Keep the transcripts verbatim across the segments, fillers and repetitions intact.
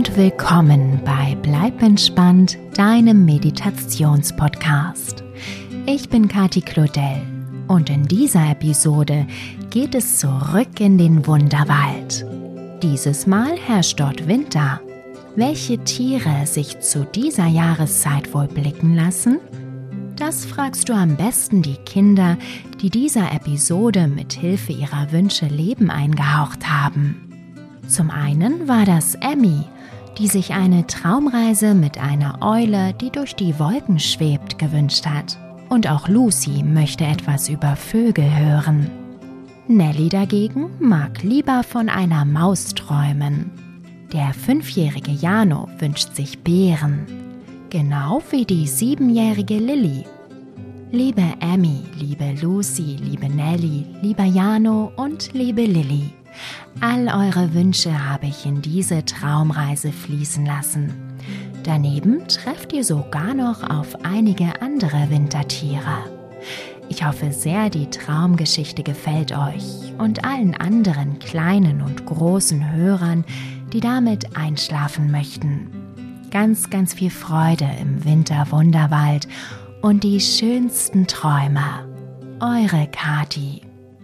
und willkommen bei Bleib entspannt, deinem Meditationspodcast. Ich bin Kathi Claudel und in dieser Episode geht es zurück in den Wunderwald. Dieses Mal herrscht dort Winter. Welche Tiere sich zu dieser Jahreszeit wohl blicken lassen? Das fragst du am besten die Kinder, die dieser Episode mit Hilfe ihrer Wünsche Leben eingehaucht haben. Zum einen war das Emmy, die sich eine Traumreise mit einer Eule, die durch die Wolken schwebt, gewünscht hat. Und auch Lucy möchte etwas über Vögel hören. Nelly dagegen mag lieber von einer Maus träumen. Der fünfjährige Jano wünscht sich Beeren, genau wie die siebenjährige Lilly. Liebe Emmy, liebe Lucy, liebe Nelly, lieber Jano und liebe Lilly, all eure Wünsche habe ich in diese Traumreise fließen lassen. Daneben trefft ihr sogar noch auf einige andere Wintertiere. Ich hoffe sehr, die Traumgeschichte gefällt euch und allen anderen kleinen und großen Hörern, die damit einschlafen möchten. Ganz, ganz viel Freude im Winterwunderwald und die schönsten Träume. Eure Kathi.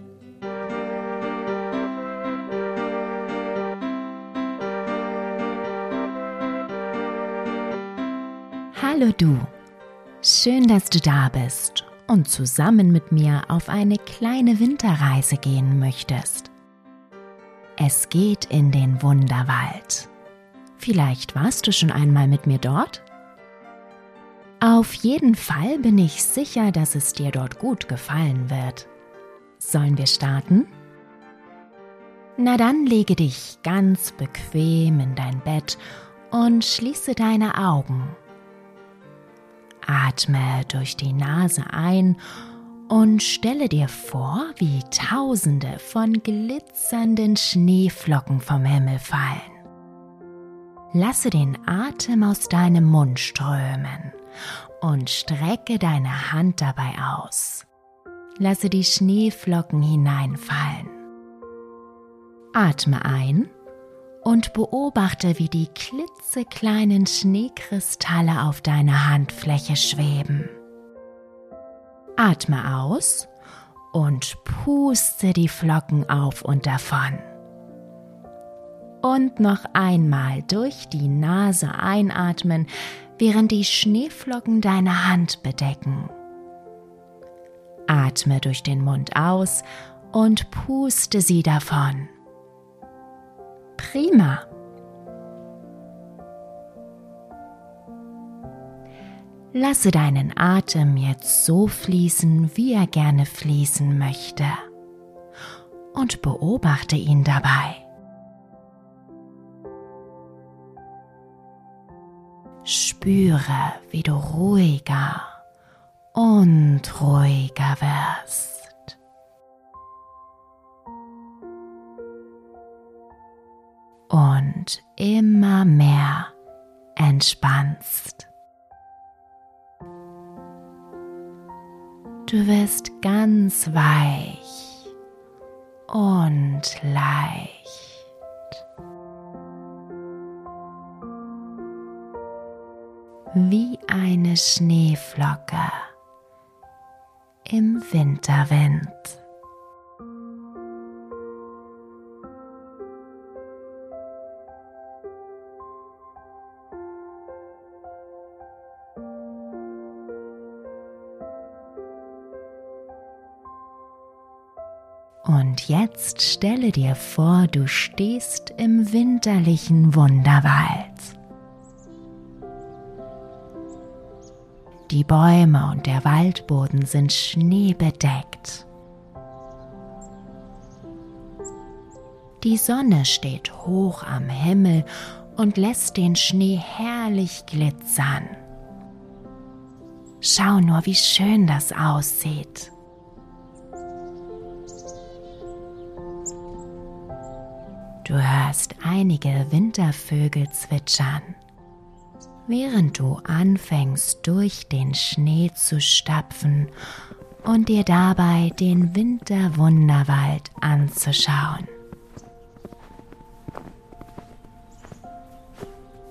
Hallo du, schön, dass du da bist und zusammen mit mir auf eine kleine Winterreise gehen möchtest. Es geht in den Wunderwald. Vielleicht warst du schon einmal mit mir dort? Auf jeden Fall bin ich sicher, dass es dir dort gut gefallen wird. Sollen wir starten? Na dann lege dich ganz bequem in dein Bett und schließe deine Augen. Atme durch die Nase ein und stelle dir vor, wie Tausende von glitzernden Schneeflocken vom Himmel fallen. Lasse den Atem aus deinem Mund strömen und strecke deine Hand dabei aus. Lasse die Schneeflocken hineinfallen. Atme ein und beobachte, wie die klitzekleinen Schneekristalle auf deiner Handfläche schweben. Atme aus und puste die Flocken auf und davon. Und noch einmal durch die Nase einatmen, während die Schneeflocken deine Hand bedecken. Atme durch den Mund aus und puste sie davon. Prima. Lasse deinen Atem jetzt so fließen, wie er gerne fließen möchte, und beobachte ihn dabei. Spüre, wie du ruhiger und ruhiger wirst. Und immer mehr entspannst. Du wirst ganz weich und leicht. Wie eine Schneeflocke im Winterwind. Und jetzt stelle dir vor, du stehst im winterlichen Wunderwald. Die Bäume und der Waldboden sind schneebedeckt. Die Sonne steht hoch am Himmel und lässt den Schnee herrlich glitzern. Schau nur, wie schön das aussieht. Du hörst einige Wintervögel zwitschern, während du anfängst, durch den Schnee zu stapfen und dir dabei den Winterwunderwald anzuschauen.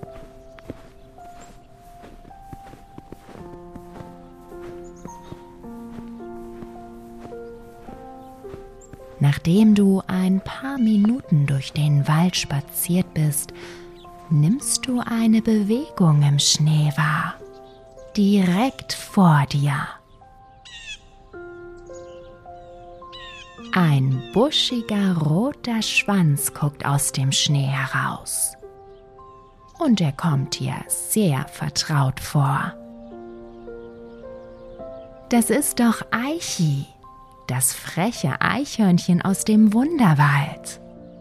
Nachdem du ein paar Minuten durch den Wald spaziert bist, nimmst du eine Bewegung im Schnee wahr, direkt vor dir. Ein buschiger roter Schwanz guckt aus dem Schnee heraus. Und er kommt dir sehr vertraut vor. Das ist doch Eichi, das freche Eichhörnchen aus dem Wunderwald.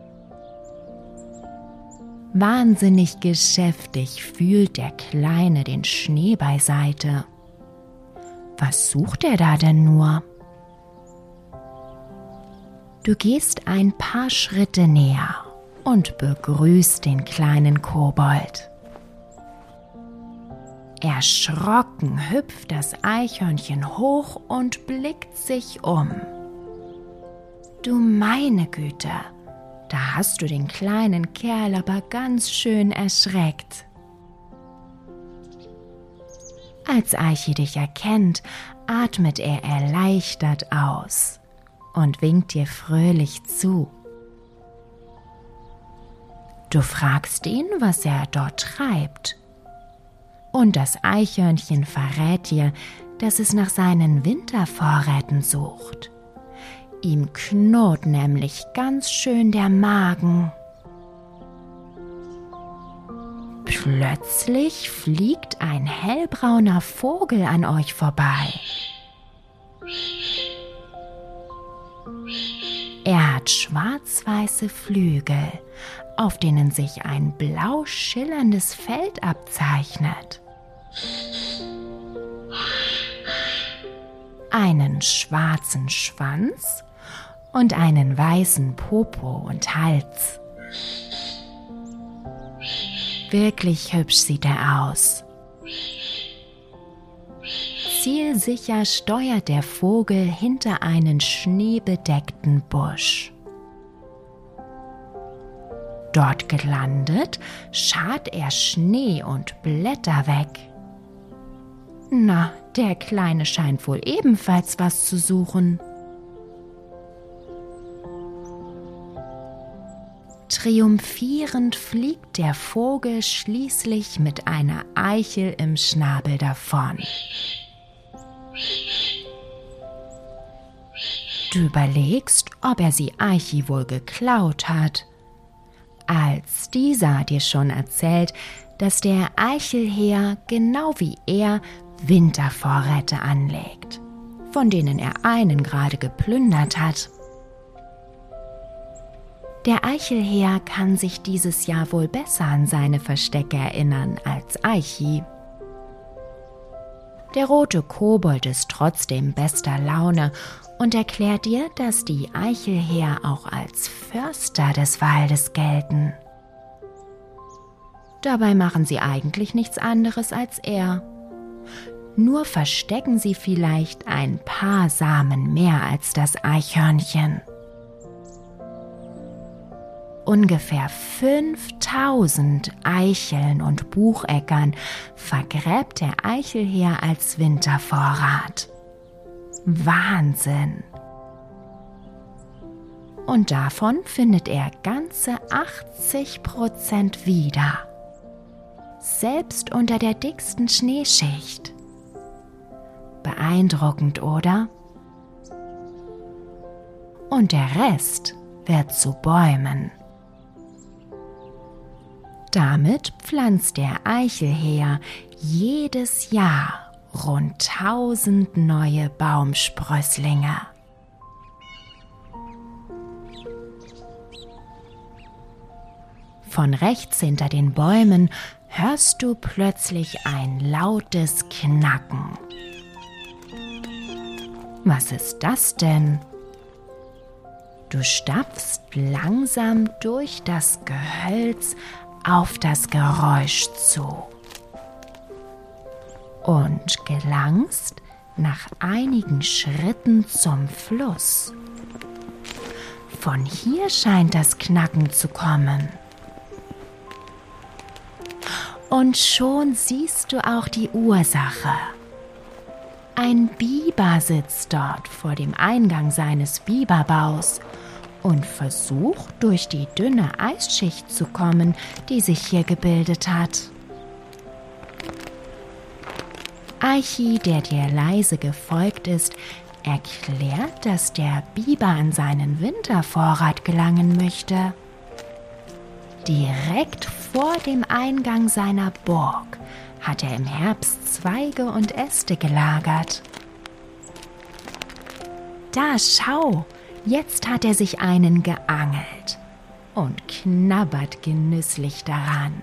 Wahnsinnig geschäftig fühlt der Kleine den Schnee beiseite. Was sucht er da denn nur? Du gehst ein paar Schritte näher und begrüßt den kleinen Kobold. Erschrocken hüpft das Eichhörnchen hoch und blickt sich um. Du meine Güte, da hast du den kleinen Kerl aber ganz schön erschreckt. Als Eichi dich erkennt, atmet er erleichtert aus und winkt dir fröhlich zu. Du fragst ihn, was er dort treibt. Und das Eichhörnchen verrät dir, dass es nach seinen Wintervorräten sucht. Ihm knurrt nämlich ganz schön der Magen. Plötzlich fliegt ein hellbrauner Vogel an euch vorbei. Er hat schwarz-weiße Flügel, auf denen sich ein blau schillerndes Feld abzeichnet. Einen schwarzen Schwanz und einen weißen Popo und Hals. Wirklich hübsch sieht er aus. Zielsicher steuert der Vogel hinter einen schneebedeckten Busch. Dort gelandet, scharrt er Schnee und Blätter weg. Na, der Kleine scheint wohl ebenfalls was zu suchen. Triumphierend fliegt der Vogel schließlich mit einer Eichel im Schnabel davon. Du überlegst, ob er sie Eichi wohl geklaut hat, als dieser dir schon erzählt, dass der Eichelherr genau wie er Wintervorräte anlegt, von denen er einen gerade geplündert hat. Der Eichelherr kann sich dieses Jahr wohl besser an seine Verstecke erinnern als Eichi. Der rote Kobold ist trotzdem bester Laune und erklärt dir, dass die Eichelherr auch als Förster des Waldes gelten. Dabei machen sie eigentlich nichts anderes als er. Nur verstecken sie vielleicht ein paar Samen mehr als das Eichhörnchen. Ungefähr fünftausend Eicheln und Bucheckern vergräbt der Eichelherr als Wintervorrat. Wahnsinn! Und davon findet er ganze achtzig Prozent wieder. Selbst unter der dicksten Schneeschicht. Beeindruckend, oder? Und der Rest wird zu Bäumen. Damit pflanzt der Eichelherr jedes Jahr rund tausend neue Baumsprösslinge. Von rechts hinter den Bäumen hörst du plötzlich ein lautes Knacken. Was ist das denn? Du stapfst langsam durch das Gehölz auf das Geräusch zu und gelangst nach einigen Schritten zum Fluss. Von hier scheint das Knacken zu kommen. Und schon siehst du auch die Ursache. Ein Biber sitzt dort vor dem Eingang seines Biberbaus und versuch, durch die dünne Eisschicht zu kommen, die sich hier gebildet hat. Eichi, der dir leise gefolgt ist, erklärt, dass der Biber an seinen Wintervorrat gelangen möchte. Direkt vor dem Eingang seiner Burg hat er im Herbst Zweige und Äste gelagert. Da schau, jetzt hat er sich einen geangelt und knabbert genüsslich daran.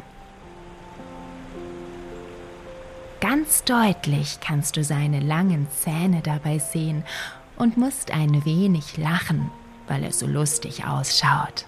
Ganz deutlich kannst du seine langen Zähne dabei sehen und musst ein wenig lachen, weil er so lustig ausschaut.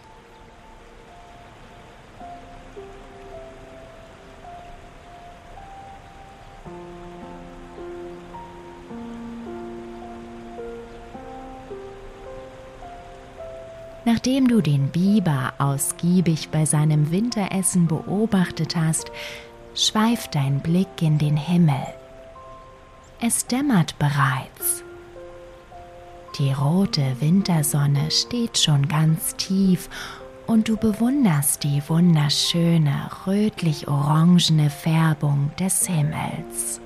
Nachdem du den Biber ausgiebig bei seinem Winteressen beobachtet hast, schweift dein Blick in den Himmel. Es dämmert bereits. Die rote Wintersonne steht schon ganz tief und du bewunderst die wunderschöne, rötlich-orangene Färbung des Himmels.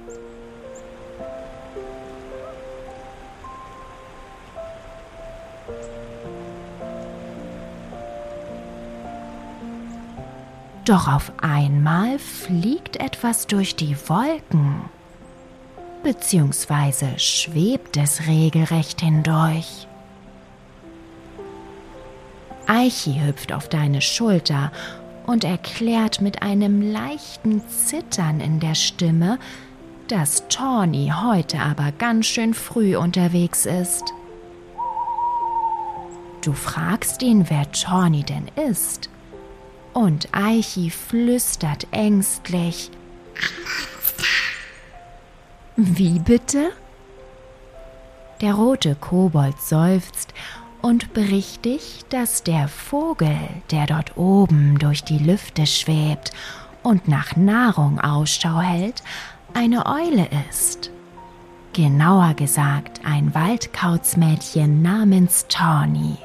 Doch auf einmal fliegt etwas durch die Wolken, beziehungsweise schwebt es regelrecht hindurch. Eichi hüpft auf deine Schulter und erklärt mit einem leichten Zittern in der Stimme, dass Tawny heute aber ganz schön früh unterwegs ist. Du fragst ihn, wer Tawny denn ist. Und Eichi flüstert ängstlich: Wie bitte? Der rote Kobold seufzt und berichtigt, dass der Vogel, der dort oben durch die Lüfte schwebt und nach Nahrung Ausschau hält, eine Eule ist. Genauer gesagt ein Waldkauzmädchen namens Tawny.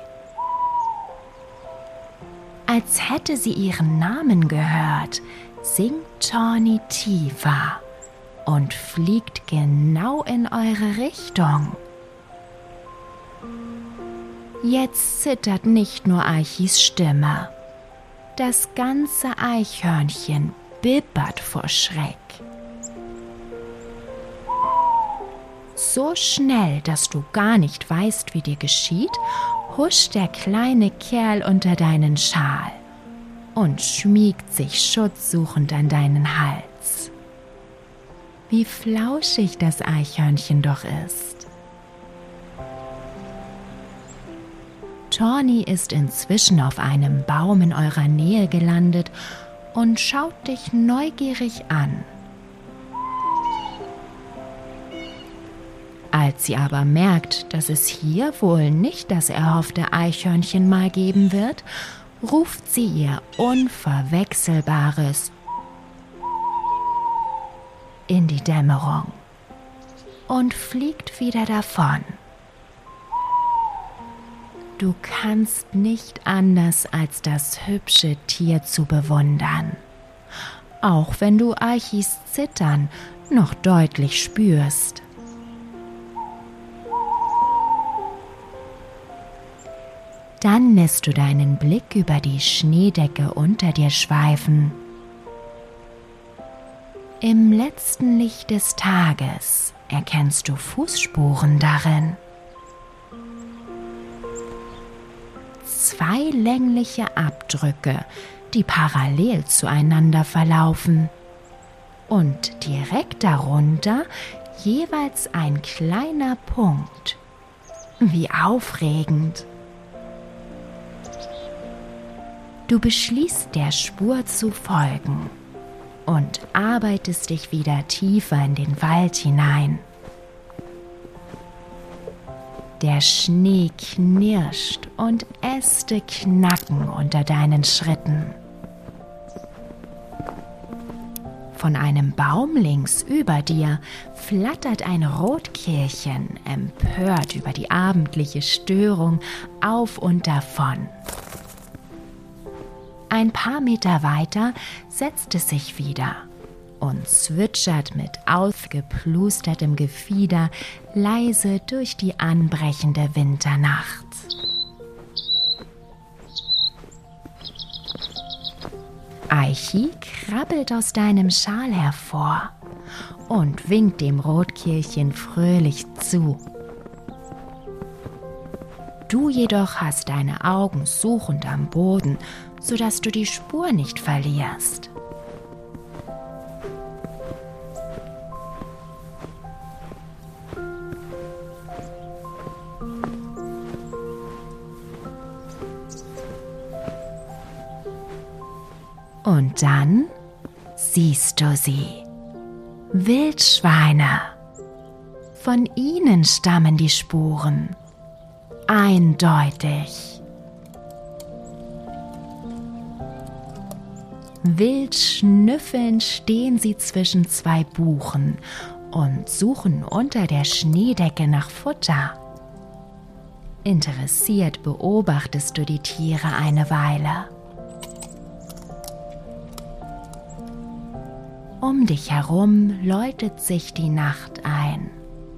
Als hätte sie ihren Namen gehört, singt Tawny tiefer und fliegt genau in eure Richtung. Jetzt zittert nicht nur Eichis Stimme. Das ganze Eichhörnchen bibbert vor Schreck. So schnell, dass du gar nicht weißt, wie dir geschieht, huscht der kleine Kerl unter deinen Schal und schmiegt sich schutzsuchend an deinen Hals. Wie flauschig das Eichhörnchen doch ist. Tawny ist inzwischen auf einem Baum in eurer Nähe gelandet und schaut dich neugierig an. Als sie aber merkt, dass es hier wohl nicht das erhoffte Eichhörnchen mal geben wird, ruft sie ihr unverwechselbares in die Dämmerung und fliegt wieder davon. Du kannst nicht anders, als das hübsche Tier zu bewundern, auch wenn du Eichis Zittern noch deutlich spürst. Dann lässt du deinen Blick über die Schneedecke unter dir schweifen. Im letzten Licht des Tages erkennst du Fußspuren darin. Zwei längliche Abdrücke, die parallel zueinander verlaufen. Und direkt darunter jeweils ein kleiner Punkt. Wie aufregend! Du beschließt, der Spur zu folgen und arbeitest dich wieder tiefer in den Wald hinein. Der Schnee knirscht und Äste knacken unter deinen Schritten. Von einem Baum links über dir flattert ein Rotkehlchen, empört über die abendliche Störung, auf und davon. Ein paar Meter weiter setzt es sich wieder und zwitschert mit ausgeplustertem Gefieder leise durch die anbrechende Winternacht. Eichi krabbelt aus deinem Schal hervor und winkt dem Rotkehlchen fröhlich zu. Du jedoch hast deine Augen suchend am Boden, sodass du die Spur nicht verlierst. Und dann siehst du sie. Wildschweine. Von ihnen stammen die Spuren. Eindeutig. Wild schnüffelnd stehen sie zwischen zwei Buchen und suchen unter der Schneedecke nach Futter. Interessiert beobachtest du die Tiere eine Weile. Um dich herum läutet sich die Nacht ein.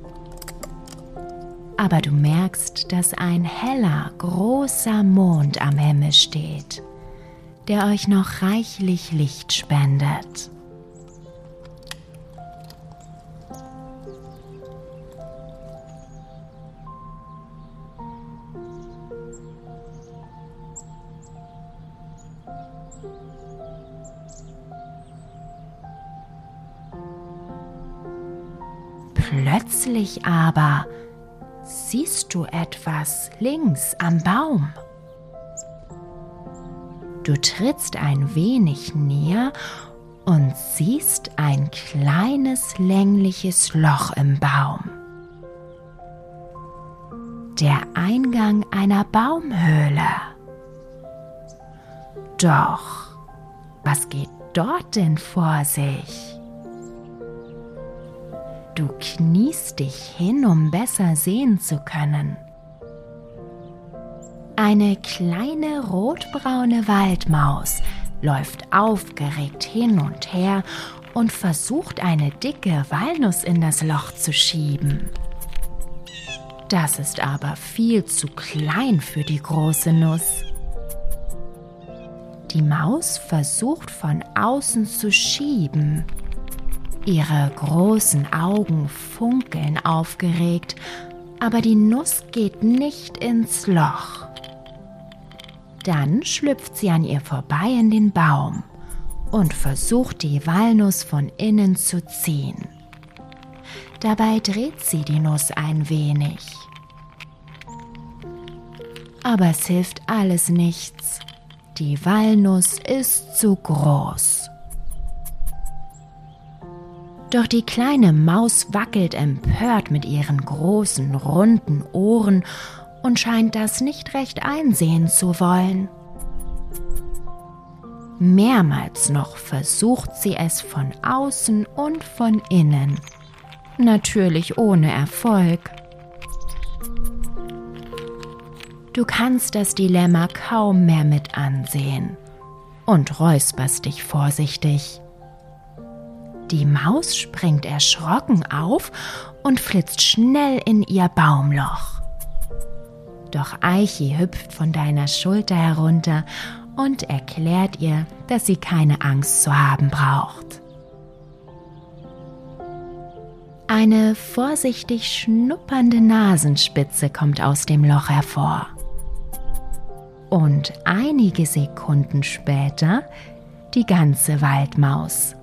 Aber du merkst, dass ein heller, großer Mond am Himmel steht, der euch noch reichlich Licht spendet. Plötzlich aber siehst du etwas links am Baum. Du trittst ein wenig näher und siehst ein kleines längliches Loch im Baum. Der Eingang einer Baumhöhle. Doch, was geht dort denn vor sich? Du kniest dich hin, um besser sehen zu können. Eine kleine rotbraune Waldmaus läuft aufgeregt hin und her und versucht, eine dicke Walnuss in das Loch zu schieben. Das ist aber viel zu klein für die große Nuss. Die Maus versucht von außen zu schieben. Ihre großen Augen funkeln aufgeregt, aber die Nuss geht nicht ins Loch. Dann schlüpft sie an ihr vorbei in den Baum und versucht, die Walnuss von innen zu ziehen. Dabei dreht sie die Nuss ein wenig. Aber es hilft alles nichts. Die Walnuss ist zu groß. Doch die kleine Maus wackelt empört mit ihren großen, runden Ohren und scheint das nicht recht einsehen zu wollen. Mehrmals noch versucht sie es von außen und von innen, natürlich ohne Erfolg. Du kannst das Dilemma kaum mehr mit ansehen und räusperst dich vorsichtig. Die Maus springt erschrocken auf und flitzt schnell in ihr Baumloch. Doch Eichi hüpft von deiner Schulter herunter und erklärt ihr, dass sie keine Angst zu haben braucht. Eine vorsichtig schnuppernde Nasenspitze kommt aus dem Loch hervor. Und einige Sekunden später die ganze Waldmaus.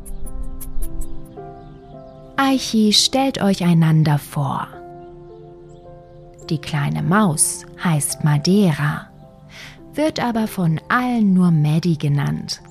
Eichi stellt euch einander vor. Die kleine Maus heißt Madeira, wird aber von allen nur Maddie genannt.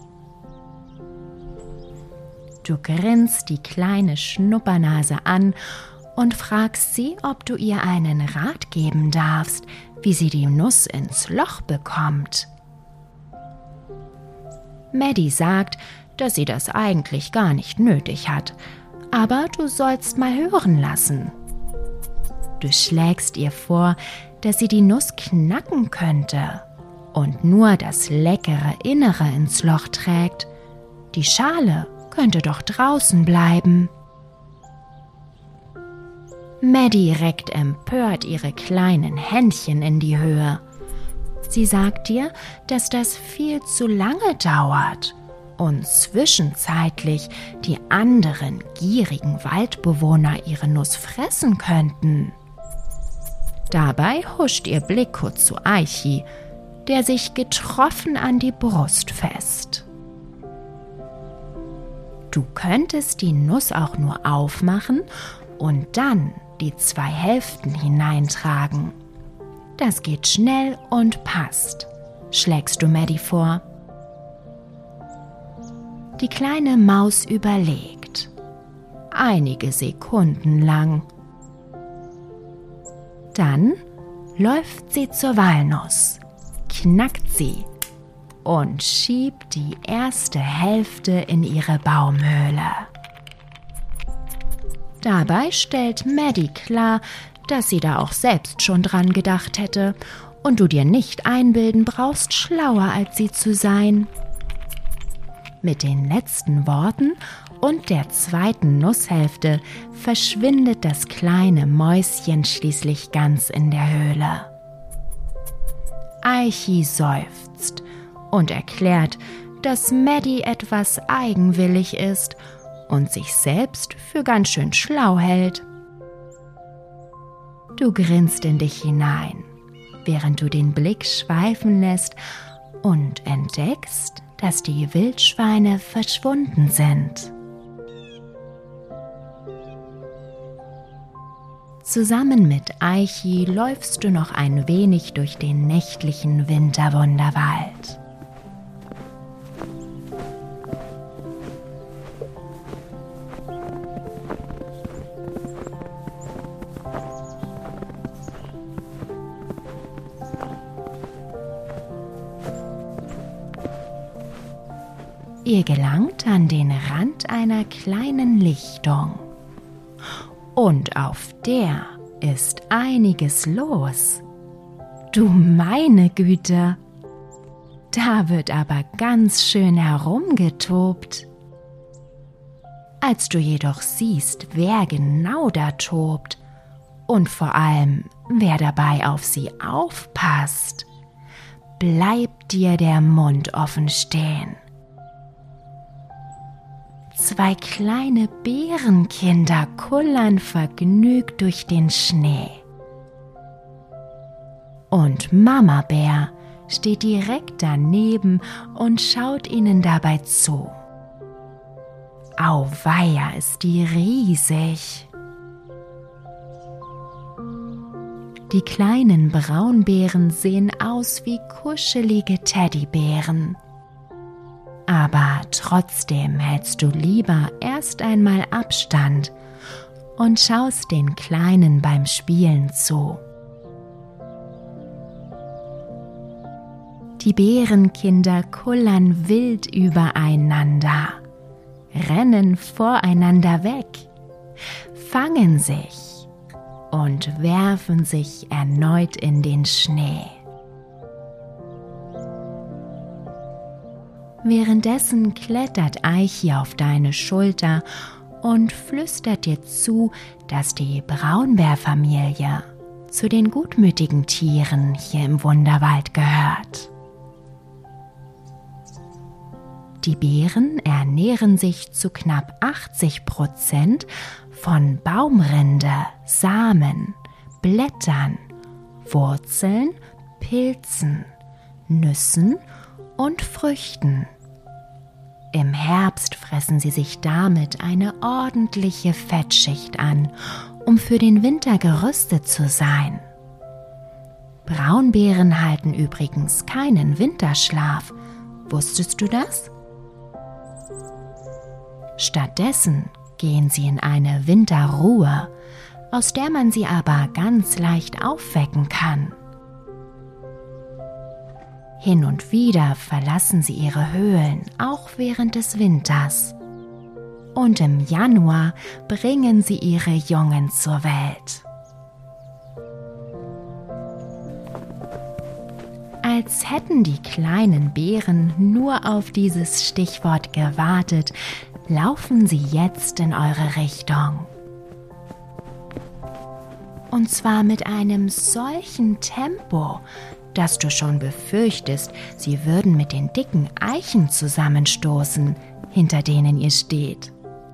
Du grinst die kleine Schnuppernase an und fragst sie, ob du ihr einen Rat geben darfst, wie sie die Nuss ins Loch bekommt. Maddie sagt, dass sie das eigentlich gar nicht nötig hat, aber du sollst mal hören lassen. Du schlägst ihr vor, dass sie die Nuss knacken könnte und nur das leckere Innere ins Loch trägt. Die Schale könnte doch draußen bleiben. Maddie reckt empört ihre kleinen Händchen in die Höhe. Sie sagt dir, dass das viel zu lange dauert und zwischenzeitlich die anderen gierigen Waldbewohner ihre Nuss fressen könnten. Dabei huscht ihr Blick kurz zu Eichi, der sich getroffen an die Brust fässt. Du könntest die Nuss auch nur aufmachen und dann die zwei Hälften hineintragen. Das geht schnell und passt, schlägst du Maddie vor. Die kleine Maus überlegt, einige Sekunden lang. Dann läuft sie zur Walnuss, knackt sie und schiebt die erste Hälfte in ihre Baumhöhle. Dabei stellt Maddie klar, dass sie da auch selbst schon dran gedacht hätte und du dir nicht einbilden brauchst, schlauer als sie zu sein. Mit den letzten Worten und der zweiten Nusshälfte verschwindet das kleine Mäuschen schließlich ganz in der Höhle. Eichi seufzt und erklärt, dass Maddie etwas eigenwillig ist und sich selbst für ganz schön schlau hält. Du grinst in dich hinein, während du den Blick schweifen lässt und entdeckst, dass die Wildschweine verschwunden sind. Zusammen mit Eichi läufst du noch ein wenig durch den nächtlichen Winterwunderwald. Ihr gelangt an den Rand einer kleinen Lichtung. Und auf der ist einiges los. Du meine Güte! Da wird aber ganz schön herumgetobt. Als du jedoch siehst, wer genau da tobt und vor allem, wer dabei auf sie aufpasst, bleibt dir der Mund offen stehen. Zwei kleine Bärenkinder kullern vergnügt durch den Schnee. Und Mama Bär steht direkt daneben und schaut ihnen dabei zu. Auweia, ist die riesig. Die kleinen Braunbären sehen aus wie kuschelige Teddybären. Aber trotzdem hältst du lieber erst einmal Abstand und schaust den Kleinen beim Spielen zu. Die Bärenkinder kullern wild übereinander, rennen voreinander weg, fangen sich und werfen sich erneut in den Schnee. Währenddessen klettert Eichi auf deine Schulter und flüstert dir zu, dass die Braunbärfamilie zu den gutmütigen Tieren hier im Wunderwald gehört. Die Bären ernähren sich zu knapp achtzig Prozent von Baumrinde, Samen, Blättern, Wurzeln, Pilzen, Nüssen und Früchten. Im Herbst fressen sie sich damit eine ordentliche Fettschicht an, um für den Winter gerüstet zu sein. Braunbären halten übrigens keinen Winterschlaf. Wusstest du das? Stattdessen gehen sie in eine Winterruhe, aus der man sie aber ganz leicht aufwecken kann. Hin und wieder verlassen sie ihre Höhlen, auch während des Winters. Und im Januar bringen sie ihre Jungen zur Welt. Als hätten die kleinen Bären nur auf dieses Stichwort gewartet, laufen sie jetzt in eure Richtung. Und zwar mit einem solchen Tempo, dass du schon befürchtest, sie würden mit den dicken Eichen zusammenstoßen, hinter denen ihr steht.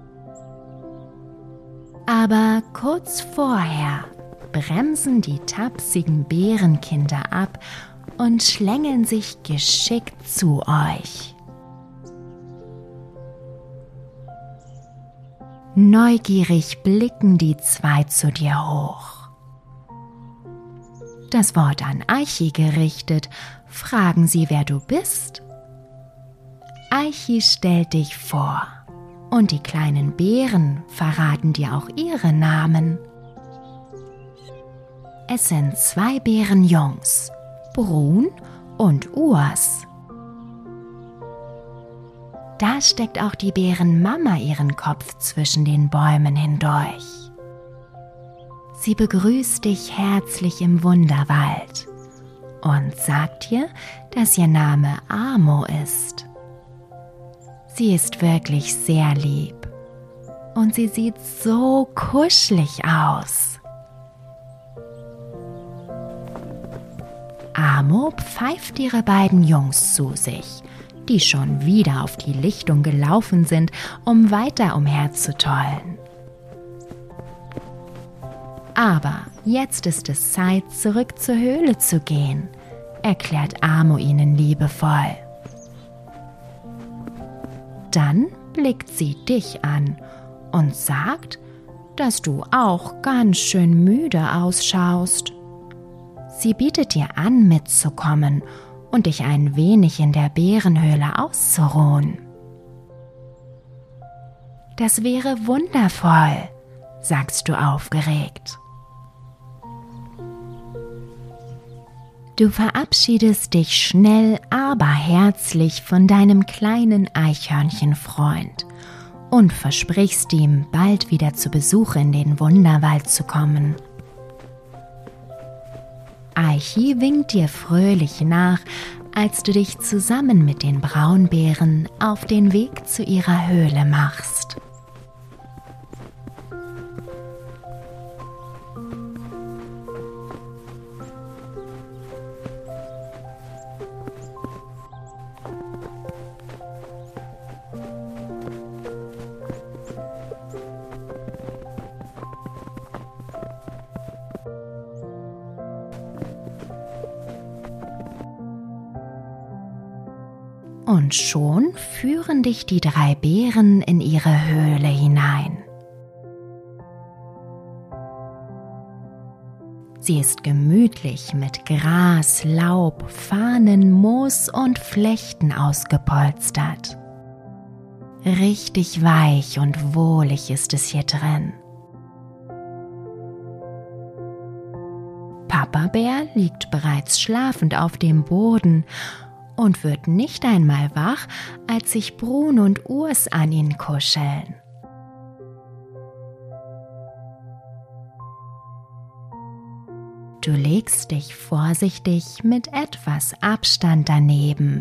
Aber kurz vorher bremsen die tapsigen Bärenkinder ab und schlängeln sich geschickt zu euch. Neugierig blicken die zwei zu dir hoch. Das Wort an Eichi gerichtet, fragen sie, wer du bist. Eichi stellt dich vor und die kleinen Bären verraten dir auch ihre Namen. Es sind zwei Bärenjungs, Brun und Urs. Da steckt auch die Bärenmama ihren Kopf zwischen den Bäumen hindurch. Sie begrüßt dich herzlich im Wunderwald und sagt dir, dass ihr Name Amo ist. Sie ist wirklich sehr lieb und sie sieht so kuschelig aus. Amo pfeift ihre beiden Jungs zu sich, die schon wieder auf die Lichtung gelaufen sind, um weiter umherzutollen. Aber jetzt ist es Zeit, zurück zur Höhle zu gehen, erklärt Amo ihnen liebevoll. Dann blickt sie dich an und sagt, dass du auch ganz schön müde ausschaust. Sie bietet dir an, mitzukommen und dich ein wenig in der Bärenhöhle auszuruhen. Das wäre wundervoll, sagst du aufgeregt. Du verabschiedest dich schnell, aber herzlich von deinem kleinen Eichhörnchenfreund und versprichst ihm, bald wieder zu Besuch in den Wunderwald zu kommen. Eichi winkt dir fröhlich nach, als du dich zusammen mit den Braunbären auf den Weg zu ihrer Höhle machst. Und schon führen dich die drei Bären in ihre Höhle hinein. Sie ist gemütlich mit Gras, Laub, Farnen, Moos und Flechten ausgepolstert. Richtig weich und wohlig ist es hier drin. Papa Bär liegt bereits schlafend auf dem Boden und wird nicht einmal wach, als sich Brun und Urs an ihn kuscheln. Du legst dich vorsichtig mit etwas Abstand daneben.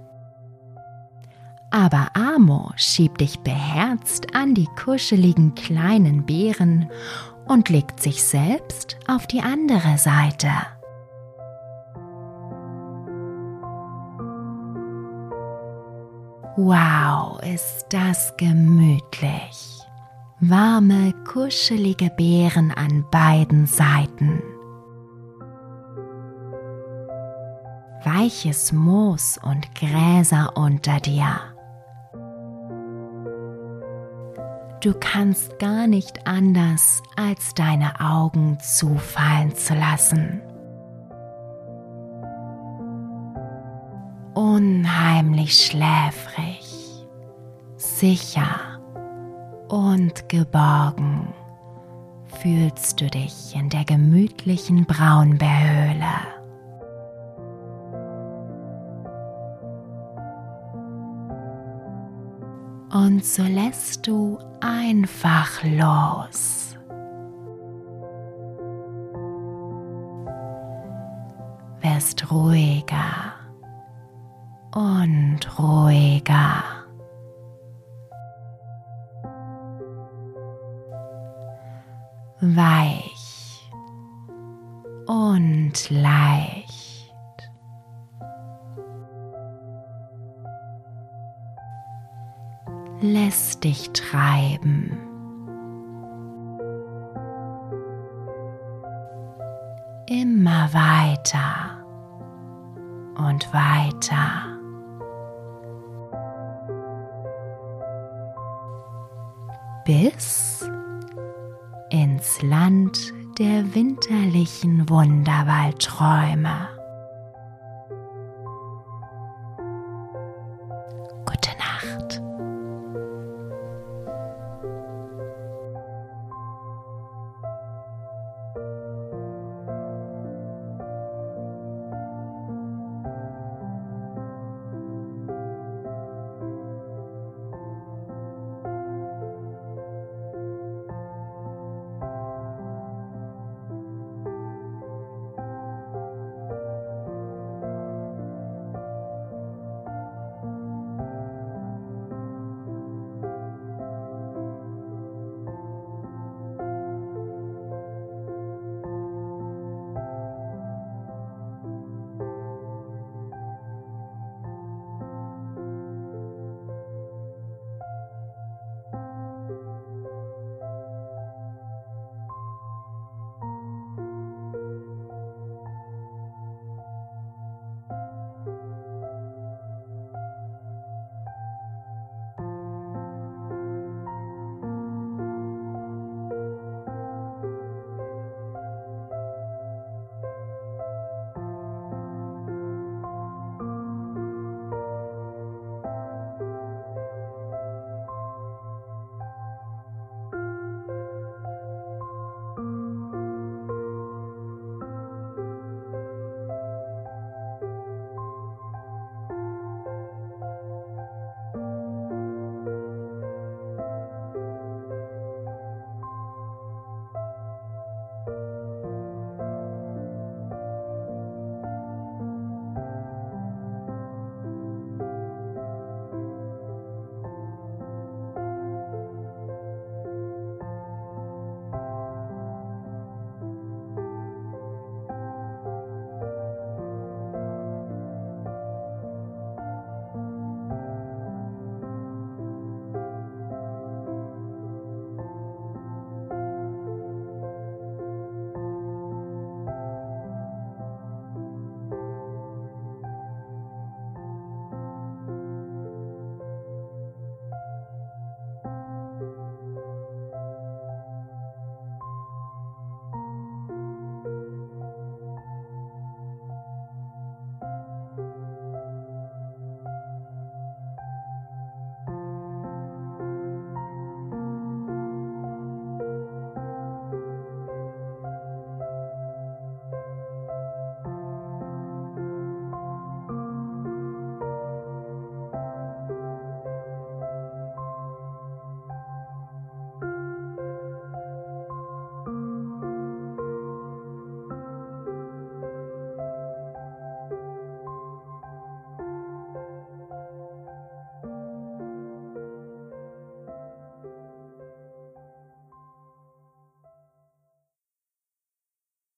Aber Amo schiebt dich beherzt an die kuscheligen kleinen Bären und legt sich selbst auf die andere Seite. Wow, ist das gemütlich. Warme, kuschelige Beeren an beiden Seiten. Weiches Moos und Gräser unter dir. Du kannst gar nicht anders, als deine Augen zufallen zu lassen. Unheimlich schläfrig, sicher und geborgen fühlst du dich in der gemütlichen Braunbärhöhle. Und so lässt du einfach los. Wirst ruhiger und ruhiger. Weich und leicht. Lässt dich treiben. Immer weiter und weiter. Bis ins Land der winterlichen Wunderwaldträume.